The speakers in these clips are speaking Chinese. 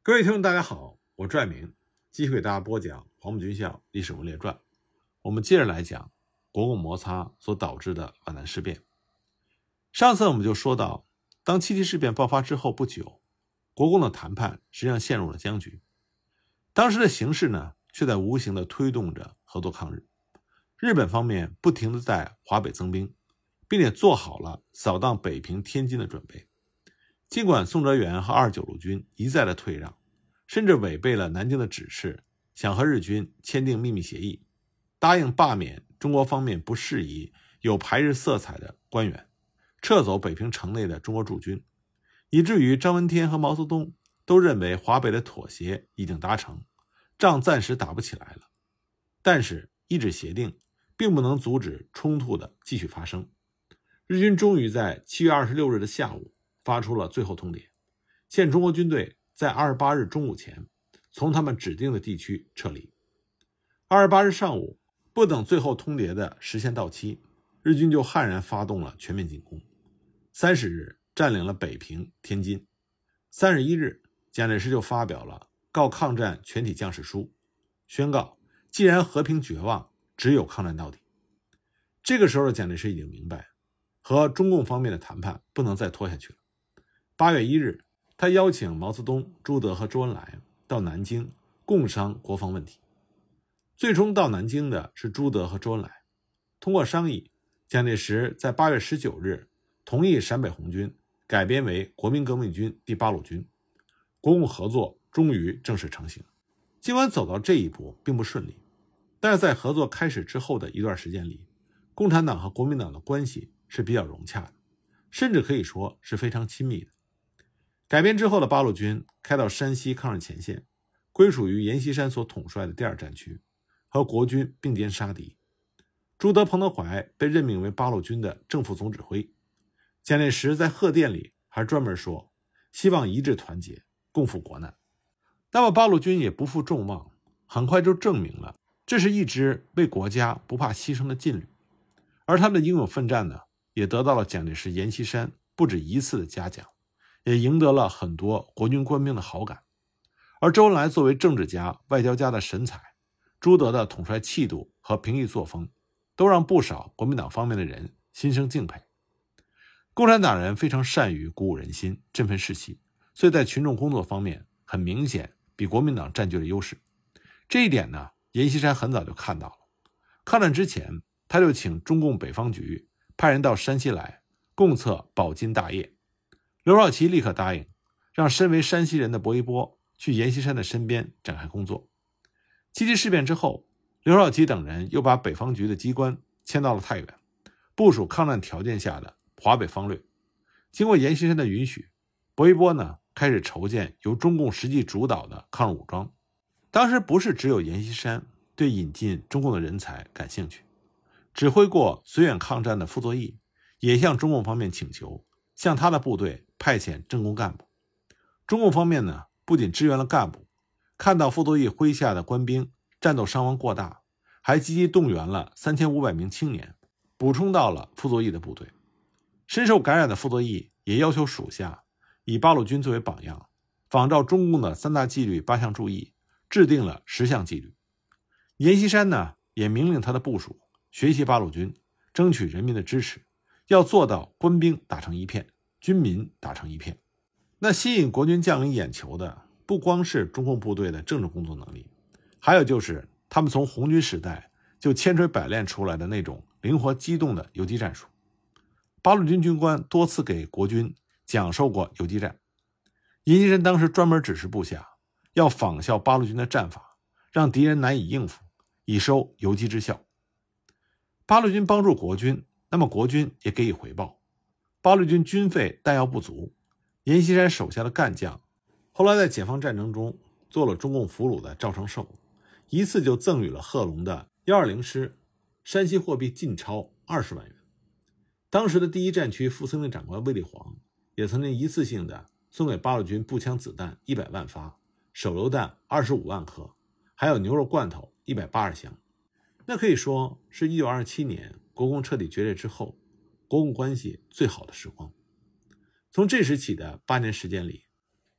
各位听众大家好，我拽明继续给大家播讲黄埔军校历史人物列传。我们接着来讲国共摩擦所导致的皖南事变。上次我们就说到，当七七事变爆发之后不久，国共的谈判实际上陷入了僵局。当时的形势呢，却在无形地推动着合作抗日。日本方面不停地在华北增兵，并且做好了扫荡北平、天津的准备。尽管宋哲元和29路军一再的退让，甚至违背了南京的指示，想和日军签订秘密协议，答应罢免中国方面不适宜有排日色彩的官员，撤走北平城内的中国驻军，以至于张闻天和毛泽东都认为华北的妥协已经达成，仗暂时打不起来了。但是一纸协定并不能阻止冲突的继续发生。日军终于在7月26日的下午发出了最后通牒，限中国军队在28日中午前从他们指定的地区撤离。28日上午，不等最后通牒的时限到期，日军就悍然发动了全面进攻。30日占领了北平、天津。31日，蒋介石就发表了告抗战全体将士书，宣告既然和平绝望，只有抗战到底。这个时候的蒋介石已经明白，和中共方面的谈判不能再拖下去了。8月1日，他邀请毛泽东、朱德和周恩来到南京共商国防问题。最终到南京的是朱德和周恩来。通过商议，蒋介石在8月19日同意陕北红军改编为国民革命军第8路军，国共合作终于正式成型。尽管走到这一步并不顺利，但是在合作开始之后的一段时间里，共产党和国民党的关系是比较融洽的，甚至可以说是非常亲密的。改编之后的8路军开到山西抗日前线，归属于阎锡山所统帅的第2战区，和国军并肩杀敌。朱德、彭德怀被任命为8路军的正副总指挥。蒋介石在贺电里还专门说，希望一致团结，共赴国难。那么8路军也不负众望，很快就证明了这是一支为国家不怕牺牲的劲旅。而他们的英勇奋战呢，也得到了蒋介石、阎锡山不止一次的嘉奖，也赢得了很多国军官兵的好感。而周恩来作为政治家、外交家的神采，朱德的统帅气度和平易作风，都让不少国民党方面的人心生敬佩。共产党人非常善于鼓舞人心、振奋士气，所以在群众工作方面很明显比国民党占据了优势。这一点呢，阎锡山很早就看到了。抗战之前，他就请中共北方局派人到山西来共策保金大业。刘少奇立刻答应，让身为山西人的薄一波去阎锡山的身边展开工作。七七事变之后，刘少奇等人又把北方局的机关迁到了太原，部署抗战条件下的华北方略。经过阎锡山的允许，薄一波呢开始筹建由中共实际主导的抗日武装。当时不是只有阎锡山对引进中共的人才感兴趣，指挥过绥远抗战的傅作义也向中共方面请求，向他的部队派遣政工干部。中共方面呢，不仅支援了干部，看到傅作义麾下的官兵战斗伤亡过大，还积极动员了3500名青年，补充到了傅作义的部队。深受感染的傅作义也要求属下以8路军作为榜样，仿照中共的3大纪律8项注意，制定了10项纪律。阎锡山呢，也明令他的部属学习8路军，争取人民的支持，要做到官兵打成一片，军民打成一片。那吸引国军将领眼球的，不光是中共部队的政治工作能力，还有就是他们从红军时代就千锤百炼出来的那种灵活机动的游击战术。8路军军官多次给国军讲授过游击战。阎锡山当时专门指示部下要仿效8路军的战法，让敌人难以应付，以收游击之效。8路军帮助国军，那么国军也给予回报。8路军军费弹药不足，阎锡山手下的干将后来在解放战争中做了中共俘虏的赵承寿，一次就赠予了贺龙的120师山西货币进钞20万元。当时的第1战区副司令长官卫立煌也曾经一次性的送给8路军步枪子弹100万发，手榴弹25万颗，还有牛肉罐头180箱。那可以说是1927年国共彻底决裂之后，国共关系最好的时光。从这时起的8年时间里，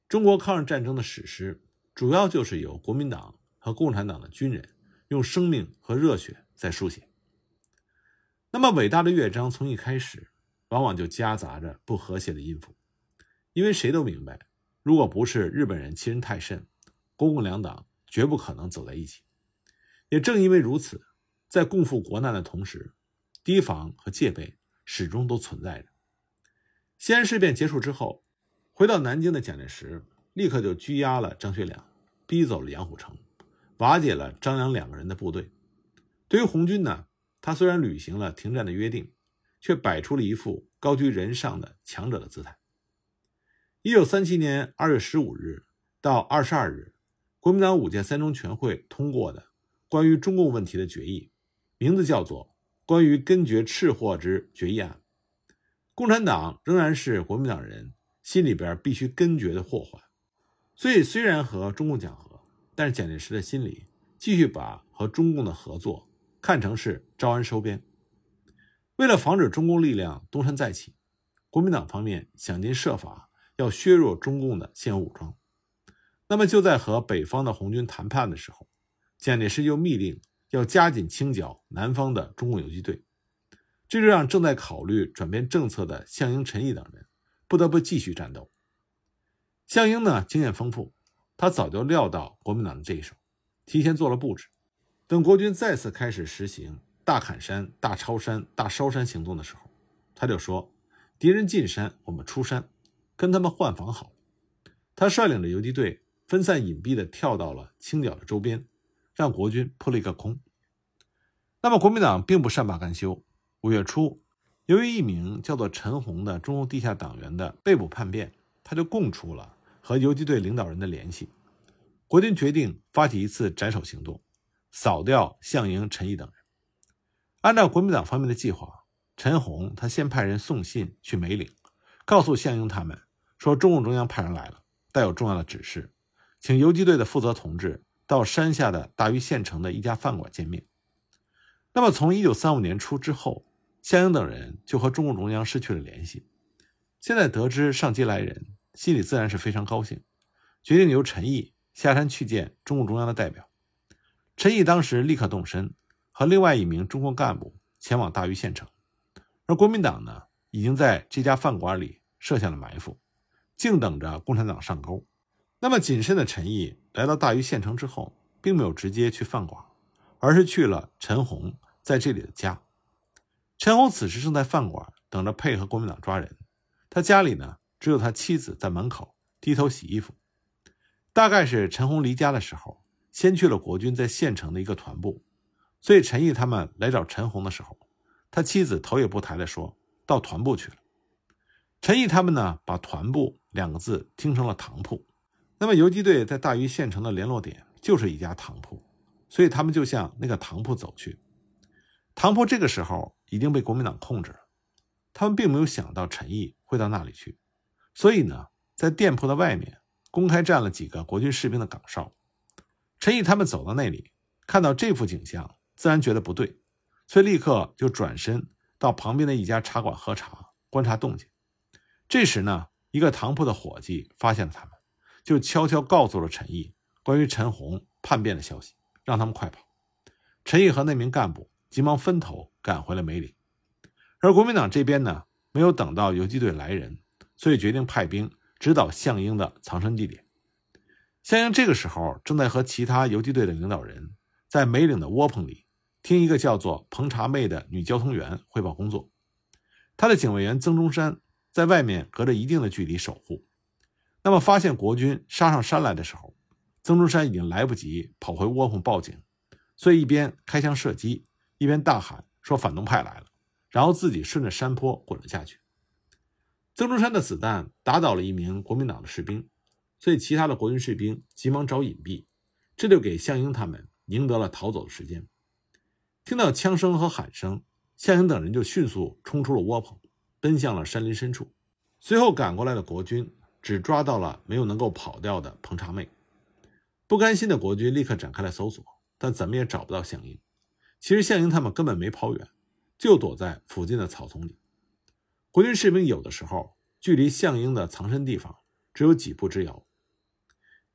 中国抗日战争的史诗主要就是由国民党和共产党的军人用生命和热血在书写。那么伟大的乐章从一开始往往就夹杂着不和谐的音符，因为谁都明白，如果不是日本人欺人太甚，国共两党绝不可能走在一起。也正因为如此，在共赴国难的同时，提防和戒备始终都存在着。西安事变结束之后，回到南京的蒋介石立刻就拘押了张学良，逼走了杨虎城，瓦解了张杨两个人的部队。对于红军呢，他虽然履行了停战的约定，却摆出了一副高居人上的强者的姿态。1937年2月15日到22日，国民党5届3中全会通过的关于中共问题的决议，名字叫做《关于根绝赤货之决议案》。共产党仍然是国民党人心里边必须根绝的祸患，所以虽然和中共讲和，但是蒋介石的心里继续把和中共的合作看成是招安收编。为了防止中共力量东山再起，国民党方面想尽设法要削弱中共的现有武装。那么就在和北方的红军谈判的时候，蒋介石就密令要加紧清剿南方的中共游击队，这就让正在考虑转变政策的项英、陈毅等人不得不继续战斗。项英呢，经验丰富，他早就料到国民党的这一手，提前做了布置。等国军再次开始实行大砍山、大抄山、大烧山行动的时候，他就说，敌人进山，我们出山，跟他们换防好。他率领着游击队分散隐蔽地跳到了清剿的周边，让国军扑了一个空。那么国民党并不善罢甘休，5月初，由于一名叫做陈洪的中共地下党员的被捕叛变，他就供出了和游击队领导人的联系。国军决定发起一次斩首行动，扫掉项英、陈毅等人。按照国民党方面的计划，陈洪他先派人送信去梅岭，告诉项英他们说中共中央派人来了，带有重要的指示，请游击队的负责同志到山下的大余县城的一家饭馆见面。那么从1935年初之后，项英等人就和中共中央失去了联系。现在得知上级来人，心里自然是非常高兴，决定由陈毅下山去见中共中央的代表。陈毅当时立刻动身，和另外一名中共干部前往大余县城，而国民党呢，已经在这家饭馆里设下了埋伏，静等着共产党上钩。那么谨慎的陈毅来到大余县城之后，并没有直接去饭馆，而是去了陈洪在这里的家。陈洪此时正在饭馆等着配合国民党抓人，他家里呢，只有他妻子在门口低头洗衣服。大概是陈洪离家的时候，先去了国军在县城的一个团部，所以陈毅他们来找陈洪的时候，他妻子头也不抬地说到团部去了。陈毅他们呢，把团部2个字听成了糖铺。那么游击队在大余县城的联络点就是一家糖铺，所以他们就向那个糖铺走去。糖铺这个时候已经被国民党控制了，他们并没有想到陈毅会到那里去，所以呢，在店铺的外面公开站了几个国军士兵的岗哨。陈毅他们走到那里，看到这幅景象，自然觉得不对，所以立刻就转身到旁边的一家茶馆喝茶，观察动静。这时呢，一个糖铺的伙计发现了他们，就悄悄告诉了陈毅关于陈洪叛变的消息，让他们快跑。陈毅和那名干部急忙分头赶回了梅岭。而国民党这边呢，没有等到游击队来人，所以决定派兵指导项英的藏身地点。项英这个时候正在和其他游击队的领导人在梅岭的窝棚里听一个叫做彭茶妹的女交通员汇报工作。他的警卫员曾中山在外面隔着一定的距离守护。那么发现国军杀上山来的时候，曾中山已经来不及跑回窝棚报警，所以一边开枪射击，一边大喊说反动派来了，然后自己顺着山坡滚了下去。曾中山的子弹打倒了一名国民党的士兵，所以其他的国军士兵急忙找隐蔽，这就给项英他们赢得了逃走的时间。听到枪声和喊声，项英等人就迅速冲出了窝棚，奔向了山林深处。随后赶过来的国军只抓到了没有能够跑掉的彭茶妹。不甘心的国军立刻展开了搜索，但怎么也找不到项英。其实项英他们根本没跑远，就躲在附近的草丛里。国军士兵有的时候距离项英的藏身地方只有几步之遥，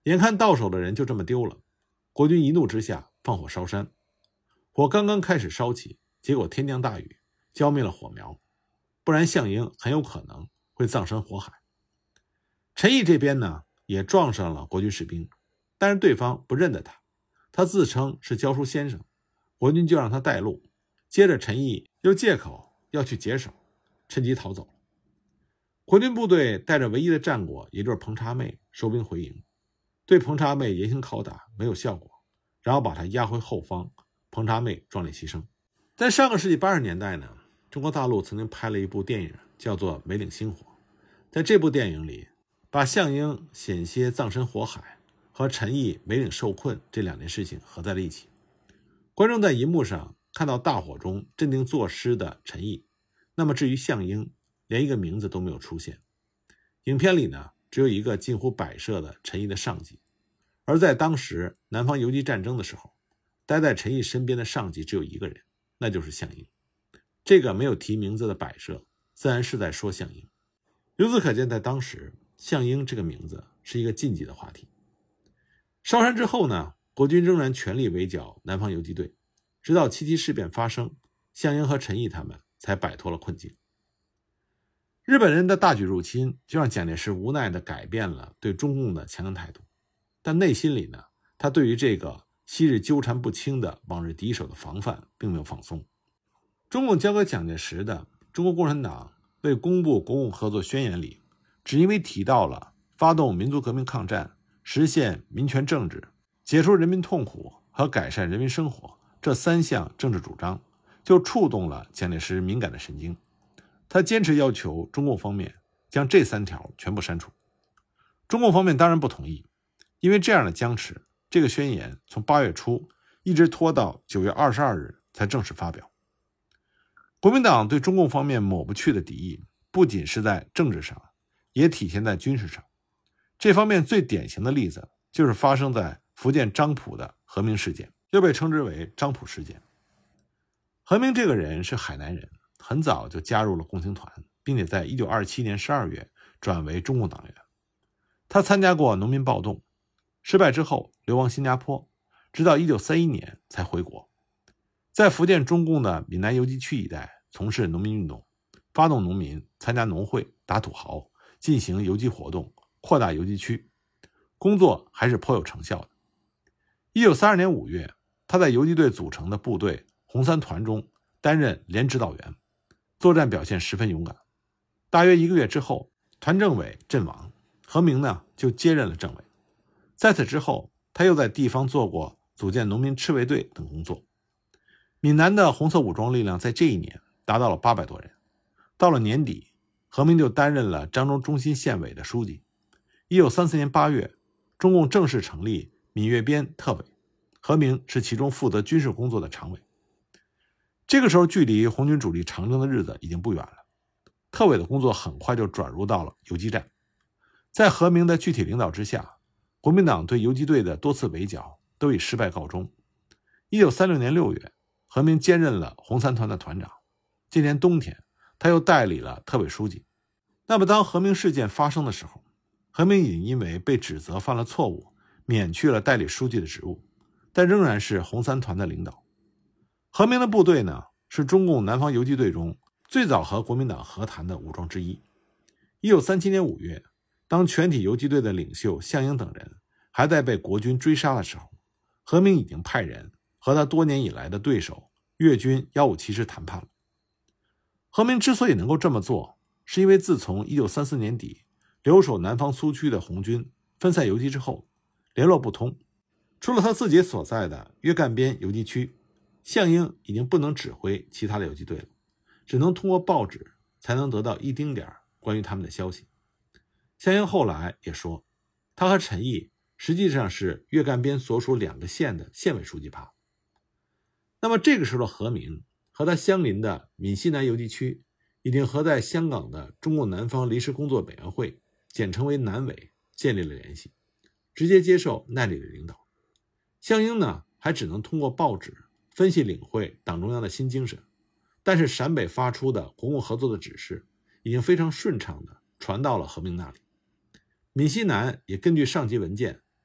眼看到手的人就这么丢了，国军一怒之下放火烧山，火刚刚开始烧起，结果天降大雨，浇灭了火苗，不然项英很有可能会葬身火海。陈毅这边呢，也撞上了国军士兵，但是对方不认得他，他自称是教书先生，国军就让他带路，接着陈毅又借口要去解手，趁机逃走了。国军部队带着唯一的战果，也就是彭察妹收兵回营，对彭察妹严刑拷打没有效果，然后把他押回后方，彭察妹壮烈牺牲。在上个世纪80年代呢，中国大陆曾经拍了一部电影叫做《梅岭星火》，在这部电影里，把项英险些葬身火海和陈毅梅岭受困这两件事情合在了一起。观众在银幕上看到大火中镇定作诗的陈毅，那么至于项英，连一个名字都没有出现。影片里呢，只有一个近乎摆设的陈毅的上级，而在当时南方游击战争的时候，待在陈毅身边的上级只有一个人，那就是项英。这个没有提名字的摆设，自然是在说项英。由此可见，在当时项英这个名字是一个禁忌的话题。烧山之后呢，国军仍然全力围剿南方游击队，直到七七事变发生，项英和陈毅他们才摆脱了困境。日本人的大举入侵就让蒋介石无奈地改变了对中共的强硬态度，但内心里呢，他对于这个昔日纠缠不清的往日敌手的防范并没有放松。中共交给蒋介石的中国共产党为公布国共合作宣言里，只因为提到了发动民族革命抗战、实现民权政治、解除人民痛苦和改善人民生活这3项政治主张，就触动了蒋介石敏感的神经。他坚持要求中共方面将这3条全部删除。中共方面当然不同意，因为这样的僵持，这个宣言从8月初一直拖到9月22日才正式发表。国民党对中共方面抹不去的敌意，不仅是在政治上，也体现在军事上。这方面最典型的例子就是发生在福建漳浦的何明事件，又被称之为漳浦事件。何明这个人是海南人，很早就加入了共青团，并且在1927年12月转为中共党员。他参加过农民暴动，失败之后流亡新加坡，直到1931年才回国。在福建中共的闽南游击区一带从事农民运动，发动农民参加农会、打土豪，进行游击活动，扩大游击区，工作还是颇有成效的。1932年5月，他在游击队组成的部队红三团中担任连指导员，作战表现十分勇敢。大约1个月之后，团政委阵亡，何明呢就接任了政委。在此之后，他又在地方做过组建农民赤卫队等工作。闽南的红色武装力量在这一年达到了800多人。到了年底，何明就担任了漳州中心县委的书记。1934年8月，中共正式成立闽粤边特委，何明是其中负责军事工作的常委。这个时候距离红军主力长征的日子已经不远了，特委的工作很快就转入到了游击战。在何明的具体领导之下，国民党对游击队的多次围剿都以失败告终。1936年6月，何明兼任了红三团的团长。今年冬天，他又代理了特委书记。那么当何明事件发生的时候，何明已经因为被指责犯了错误，免去了代理书记的职务，但仍然是红三团的领导。何明的部队呢，是中共南方游击队中最早和国民党和谈的武装之一。1937年5月，当全体游击队的领袖项英等人还在被国军追杀的时候，何明已经派人和他多年以来的对手粤军157师谈判了。何明之所以能够这么做，是因为自从1934年底留守南方苏区的红军分散游击之后，联络不通，除了他自己所在的粤赣边游击区，项英已经不能指挥其他的游击队了，只能通过报纸才能得到一丁点关于他们的消息。项英后来也说，他和陈毅实际上是粤赣边所属2个县的县委书记吧。那么这个时候的何明和他相邻的闽西南游击区已经和在香港的中共南方临时工作委员会，简称为南委，建立了联系，直接接受那里的领导。项英呢，还只能通过报纸分析领会党中央的新精神，但是陕北发出的国共合作的指示已经非常顺畅地传到了何明那里。闽西南也根据上级文件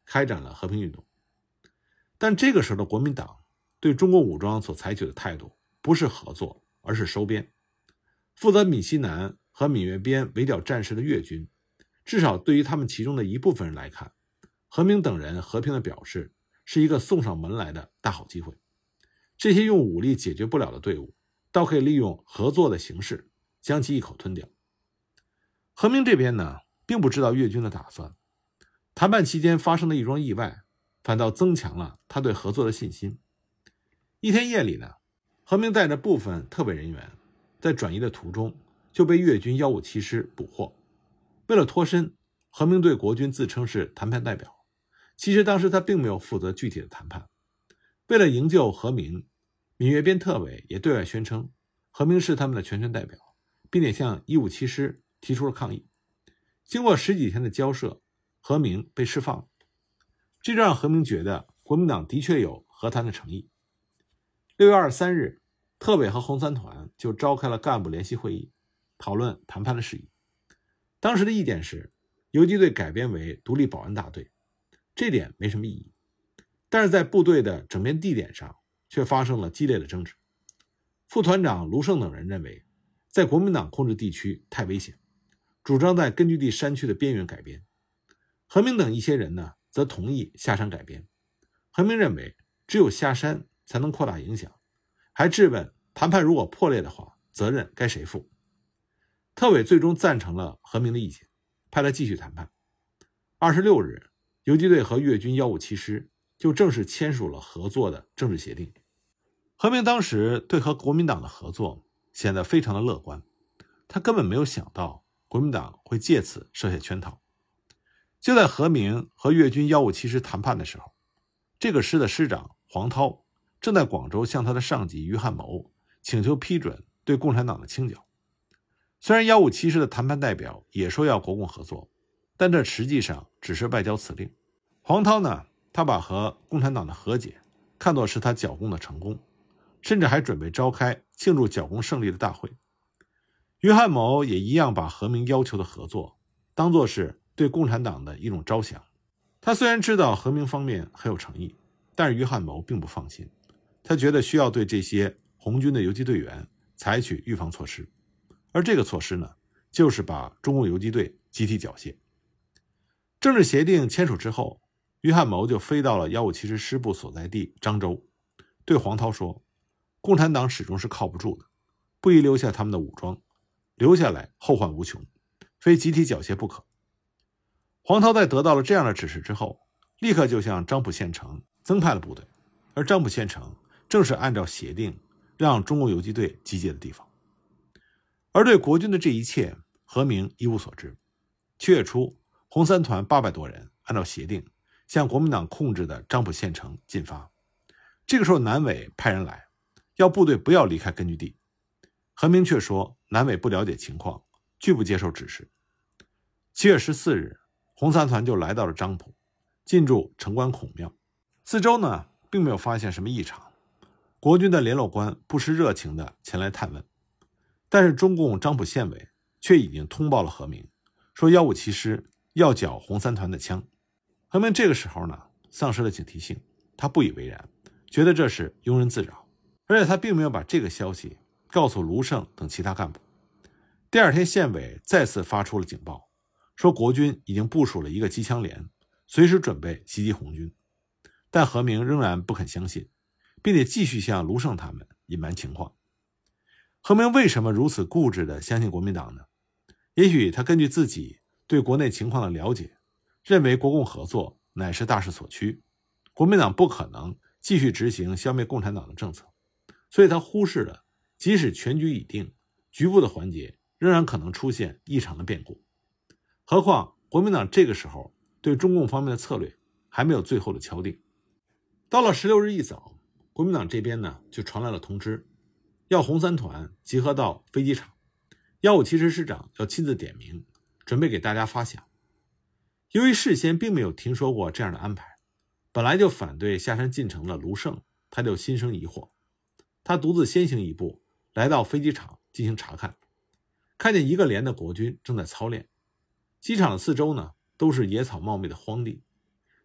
开展了和平运动。但这个时候的国民党对中共武装所采取的态度不是合作，而是收编。负责闽西南和闽粤边围剿战事的粤军，至少对于他们其中的一部分人来看，何明等人和平的表示是一个送上门来的大好机会。这些用武力解决不了的队伍，倒可以利用合作的形式将其一口吞掉。何明这边呢，并不知道粤军的打算。谈判期间发生的一桩意外，反倒增强了他对合作的信心。一天夜里呢，何明带着部分特委人员在转移的途中就被粤军157师捕获。为了脱身，何明对国军自称是谈判代表，其实当时他并没有负责具体的谈判。为了营救何明，闽粤边特委也对外宣称何明是他们的全权代表，并且向157师提出了抗议。经过10几天的交涉，何明被释放了。这就让何明觉得国民党的确有和谈的诚意。6月23日，特委和红三团就召开了干部联席会议，讨论谈判的事宜。当时的意见是游击队改编为独立保安大队，这点没什么意义。但是在部队的整编地点上却发生了激烈的争执。副团长卢胜等人认为，在国民党控制地区太危险，主张在根据地山区的边缘改编。何明等一些人呢，则同意下山改编。何明认为只有下山才能扩大影响，还质问谈判如果破裂的话，责任该谁负。特委最终赞成了何明的意见，派他继续谈判。26日，游击队和粤军157师就正式签署了合作的政治协定。何明当时对和国民党的合作显得非常的乐观，他根本没有想到国民党会借此设下圈套。就在何明和粤军157师谈判的时候，这个师的师长黄涛正在广州向他的上级于汉谋请求批准对共产党的清剿。虽然157师的谈判代表也说要国共合作，但这实际上只是外交辞令。黄涛呢，他把和共产党的和解看作是他剿共的成功，甚至还准备召开庆祝剿共胜利的大会。于汉谋也一样把何明要求的合作当作是对共产党的一种招降。他虽然知道何明方面很有诚意，但是于汉谋并不放心，他觉得需要对这些红军的游击队员采取预防措施，而这个措施呢，就是把中共游击队集体缴械。政治协定签署之后，于汉谋就飞到了157师师部所在地漳州，对黄涛说，共产党始终是靠不住的，不宜留下他们的武装，留下来后患无穷，非集体缴械不可。黄涛在得到了这样的指示之后，立刻就向漳浦县城增派了部队，而漳浦县城正是按照协定让中共游击队集结的地方。而对国军的这一切，何明一无所知。7月初，红三团800多人按照协定向国民党控制的漳浦县城进发。这个时候南委派人来，要部队不要离开根据地。何明却说南委不了解情况，拒不接受指示。7月14日，红三团就来到了漳浦，进驻城关孔庙。四周呢，并没有发现什么异常。国军的联络官不失热情地前来探问，但是中共漳浦县委却已经通报了何明，说157师要缴红三团的枪。何明这个时候呢，丧失了警惕性，他不以为然，觉得这是庸人自扰，而且他并没有把这个消息告诉卢胜等其他干部。第二天，县委再次发出了警报，说国军已经部署了一个机枪连，随时准备袭击红军。但何明仍然不肯相信，并且继续向卢胜他们隐瞒情况。何明为什么如此固执地相信国民党呢？也许他根据自己对国内情况的了解，认为国共合作乃是大势所趋，国民党不可能继续执行消灭共产党的政策，所以他忽视了即使全局已定，局部的环节仍然可能出现异常的变故。何况国民党这个时候对中共方面的策略还没有最后的敲定。到了16日一早，国民党这边呢就传来了通知，要红三团集合到飞机场，157师师长要亲自点名，准备给大家发饷。由于事先并没有听说过这样的安排，本来就反对下山进城的卢胜，他就心生疑惑。他独自先行一步来到飞机场进行查看，看见一个连的国军正在操练。机场的四周呢都是野草茂密的荒地，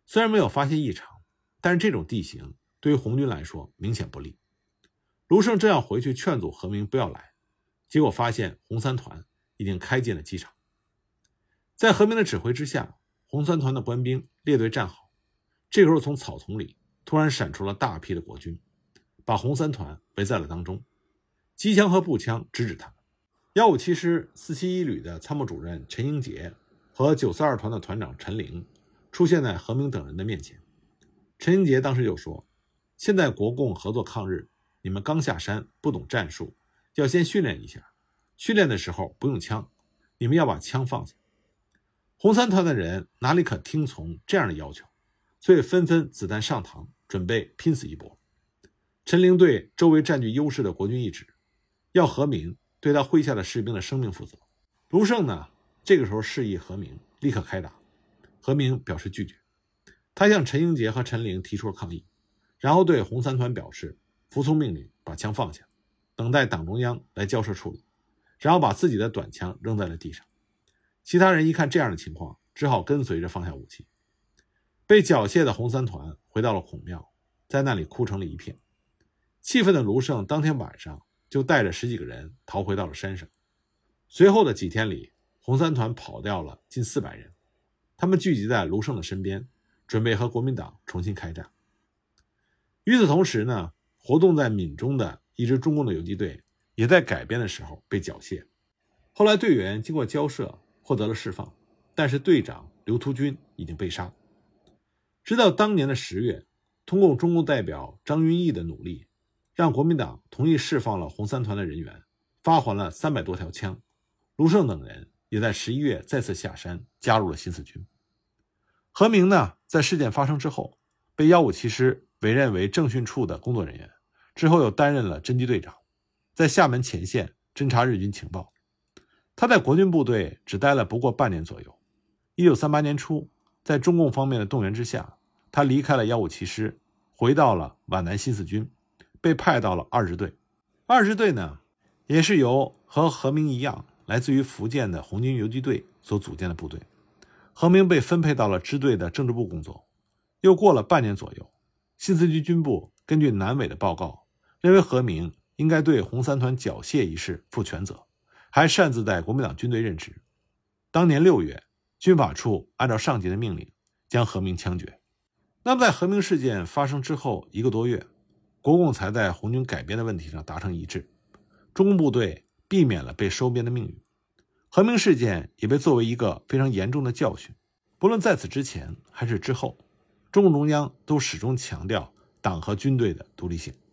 虽然没有发现异常，但是这种地形对于红军来说明显不利。卢胜正要回去劝阻何明不要来，结果发现红三团已经开进了机场。在何明的指挥之下，红三团的官兵列队站好，这个时候从草丛里突然闪出了大批的国军，把红三团围在了当中，机枪和步枪直指他们。157师471旅的参谋主任陈英杰和942团的团长陈灵出现在何明等人的面前。陈英杰当时就说，现在国共合作抗日，你们刚下山不懂战术，要先训练一下，训练的时候不用枪，你们要把枪放下。红三团的人哪里可听从这样的要求，所以纷纷子弹上膛，准备拼死一搏。陈灵对周围占据优势的国军一指，要何明对他麾下的士兵的生命负责。卢胜呢，这个时候示意何明立刻开打，何明表示拒绝。他向陈英杰和陈灵提出了抗议，然后对红三团表示服从命令，把枪放下，等待党中央来交涉处理，然后把自己的短枪扔在了地上。其他人一看这样的情况，只好跟随着放下武器。被缴械的红三团回到了孔庙，在那里哭成了一片。气愤的卢胜当天晚上就带着10几个人逃回到了山上。随后的几天里，红三团跑掉了近400人，他们聚集在卢胜的身边，准备和国民党重新开战。与此同时呢，活动在闽中的一支中共的游击队也在改编的时候被缴械。后来队员经过交涉获得了释放，但是队长刘图军已经被杀。直到当年的10月，通过中共代表张云逸的努力，让国民党同意释放了红三团的人员，发还了300多条枪。卢胜等人也在11月再次下山，加入了新四军。何明呢，在事件发生之后，被157师委任为政训处的工作人员，之后又担任了侦缉队长，在厦门前线侦察日军情报。他在国军部队只待了不过半年左右。1938年初，在中共方面的动员之下，他离开了157师，回到了皖南新四军，被派到了2支队。2支队呢，也是由和何明一样来自于福建的红军游击队所组建的部队。何明被分配到了支队的政治部工作。又过了半年左右，新四军军部根据南委的报告，认为何明应该对红三团缴械一事负全责，还擅自在国民党军队任职。当年6月，军法处按照上级的命令将何明枪决。那么在何明事件发生之后1个多月，国共才在红军改编的问题上达成一致，中共部队避免了被收编的命运。何明事件也被作为一个非常严重的教训，不论在此之前还是之后，中共中央都始终强调党和军队的独立性。